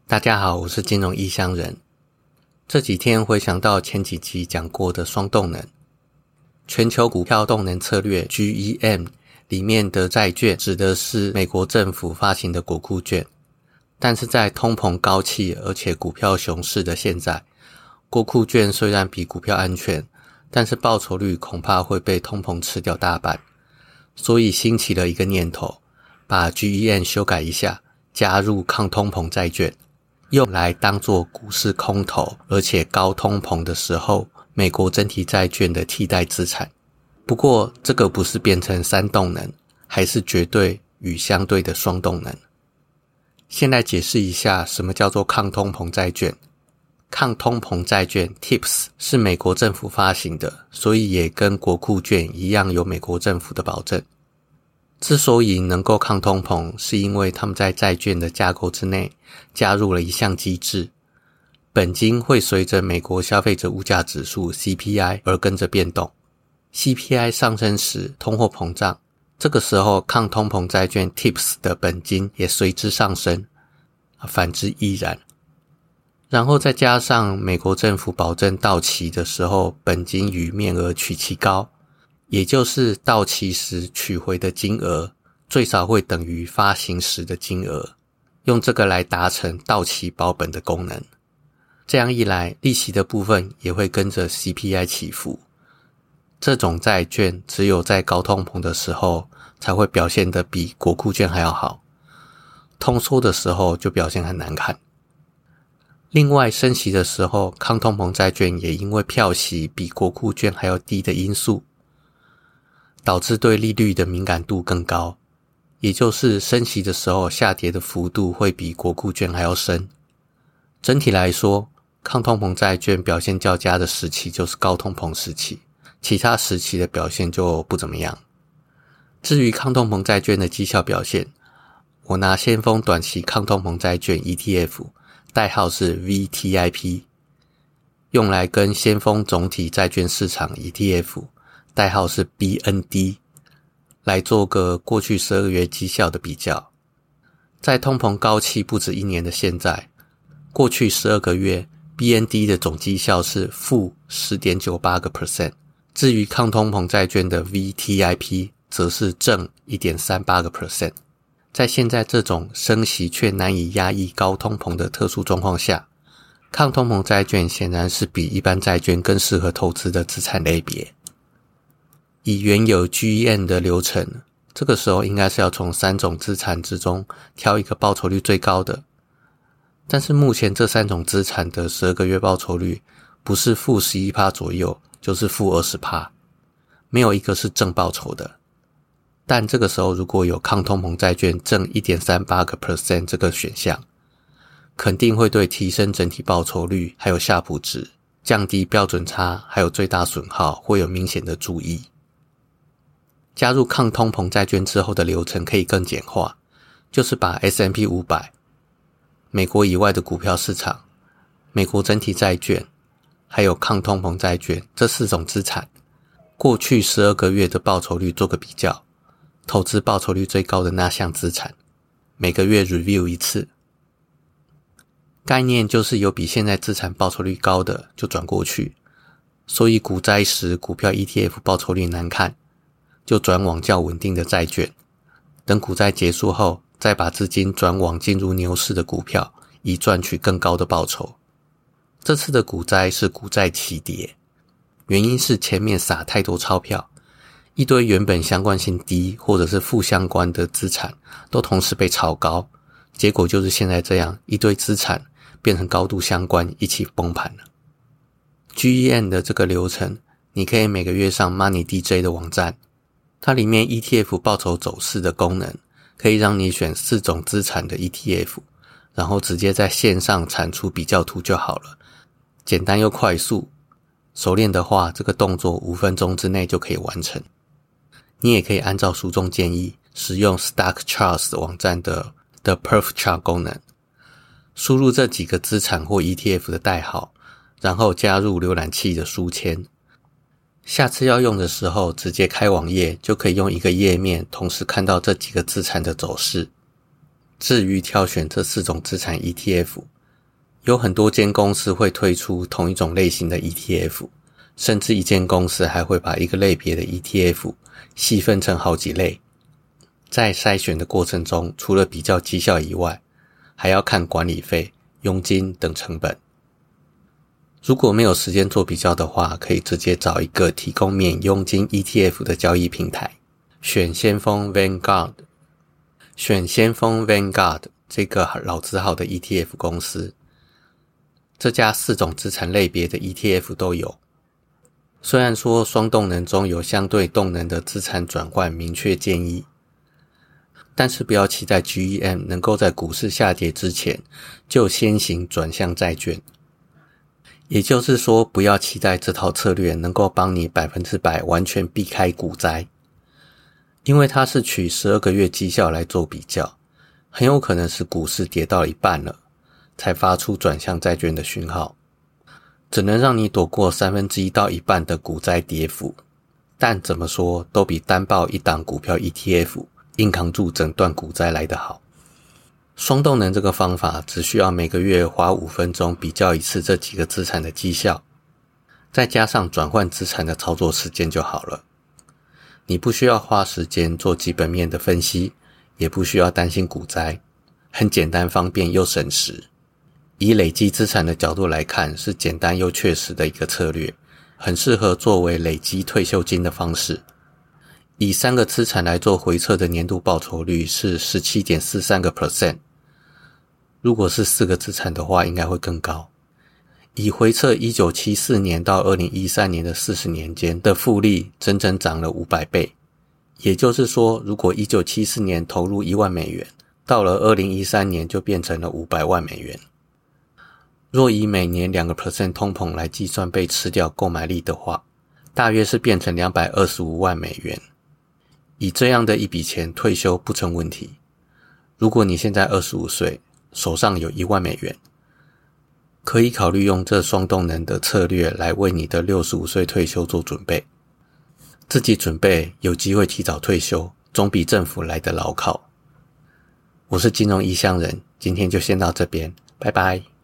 大家好，我是金融异乡人。这几天回想到前几集讲过的双动能，全球股票动能策略 GEM 里面的债券指的是美国政府发行的国库券，但是在通膨高企而且股票熊市的现在，国库券虽然比股票安全，但是报酬率恐怕会被通膨吃掉大半，所以兴起了一个念头，把 GEM 修改一下，加入抗通膨债券，用来当作股市空头而且高通膨的时候美国整体债券的替代资产。不过这个不是变成三动能，还是绝对与相对的双动能。先来解释一下什么叫做抗通膨债券。抗通膨债券 TIPS 是美国政府发行的，所以也跟国库券一样有美国政府的保证。之所以能够抗通膨，是因为他们在债券的架构之内加入了一项机制，本金会随着美国消费者物价指数 CPI 而跟着变动， CPI 上升时通货膨胀，这个时候抗通膨债券 TIPS 的本金也随之上升，反之亦然。然后再加上美国政府保证到期的时候本金与面额取其高，也就是到期时取回的金额最少会等于发行时的金额，用这个来达成到期保本的功能。这样一来，利息的部分也会跟着 CPI 起伏。这种债券只有在高通膨的时候才会表现得比国库券还要好，通缩的时候就表现很难看。另外，升息的时候，抗通膨债券也因为票息比国库券还要低的因素，导致对利率的敏感度更高，也就是升息的时候下跌的幅度会比国库券还要深。整体来说，抗通膨债券表现较佳的时期就是高通膨时期，其他时期的表现就不怎么样。至于抗通膨债券的绩效表现，我拿先锋短期抗通膨债券 ETF 代号是 VTIP， 用来跟先锋总体债券市场 ETF 代号是 BND 来做个过去12个月绩效的比较。在通膨高企不止1年的现在，过去12个月 BND 的总绩效是负 10.98%， 至于抗通膨债券的 VTIP 则是正 1.38%。在现在这种升息却难以压抑高通膨的特殊状况下，抗通膨债券显然是比一般债券更适合投资的资产类别。以原有 GEM 的流程，这个时候应该是要从3种资产之中挑一个报酬率最高的，但是目前这3种资产的12个月报酬率不是负 11% 左右，就是负 20%， 没有一个是正报酬的。但这个时候如果有抗通膨债券正 1.38% 这个选项，肯定会对提升整体报酬率还有夏普值、降低标准差还有最大损耗会有明显的注意。加入抗通膨债券之后的流程可以更简化，就是把 S&P 500、美国以外的股票市场、美国整体债券还有抗通膨债券这4种资产过去12个月的报酬率做个比较，投资报酬率最高的那项资产，每个月 review 一次。概念就是有比现在资产报酬率高的就转过去，所以股灾时股票 ETF 报酬率难看，就转往较稳定的债券，等股灾结束后再把资金转往进入牛市的股票，以赚取更高的报酬。这次的股灾是股债齐跌，原因是前面撒太多钞票，一堆原本相关性低或者是负相关的资产都同时被炒高，结果就是现在这样，一堆资产变成高度相关，一起崩盘了。GEM 的这个流程，你可以每个月上 Money DJ 的网站，它里面 ETF 报酬走势的功能，可以让你选4种资产的 ETF， 然后直接在线上产出比较图就好了，简单又快速，熟练的话这个动作5分钟之内就可以完成。你也可以按照书中建议使用 StockCharts 网站的 Perf Chart 功能，输入这几个资产或 ETF 的代号，然后加入浏览器的书签。下次要用的时候直接开网页，就可以用一个页面同时看到这几个资产的走势。至于挑选这4种资产 ETF， 有很多间公司会推出同一种类型的 ETF， 甚至一间公司还会把一个类别的 ETF 细分成好几类。在筛选的过程中，除了比较绩效以外，还要看管理费、佣金等成本。如果没有时间做比较的话，可以直接找一个提供免佣金 ETF 的交易平台，选先锋 Vanguard。选先锋 Vanguard 这个老字号的 ETF 公司，这家4种资产类别的 ETF 都有。虽然说双动能中有相对动能的资产转换明确建议，但是不要期待 GEM 能够在股市下跌之前就先行转向债券。也就是说，不要期待这套策略能够帮你100%完全避开股灾，因为它是取12个月绩效来做比较，很有可能是股市跌到一半了，才发出转向债券的讯号，只能让你躲过1/3到一半的股灾跌幅，但怎么说都比单报一档股票 ETF 硬扛住整段股灾来得好。双动能这个方法只需要每个月花5分钟比较一次这几个资产的绩效，再加上转换资产的操作时间就好了。你不需要花时间做基本面的分析，也不需要担心股灾，很简单方便又省时。以累积资产的角度来看，是简单又确实的一个策略，很适合作为累积退休金的方式。以3个资产来做回测的年度报酬率是 17.43%， 如果是4个资产的话应该会更高。以回测1974年到2013年的40年间的复利整整涨了500倍，也就是说，如果1974年投入1万美元，到了2013年就变成了500万美元。若以每年 2% 通膨来计算被吃掉购买力的话，大约是变成225万美元。以这样的一笔钱退休不成问题。如果你现在25岁，手上有1万美元，可以考虑用这双动能的策略来为你的65岁退休做准备。自己准备，有机会提早退休，总比政府来得牢靠。我是金融异乡人，今天就先到这边，拜拜。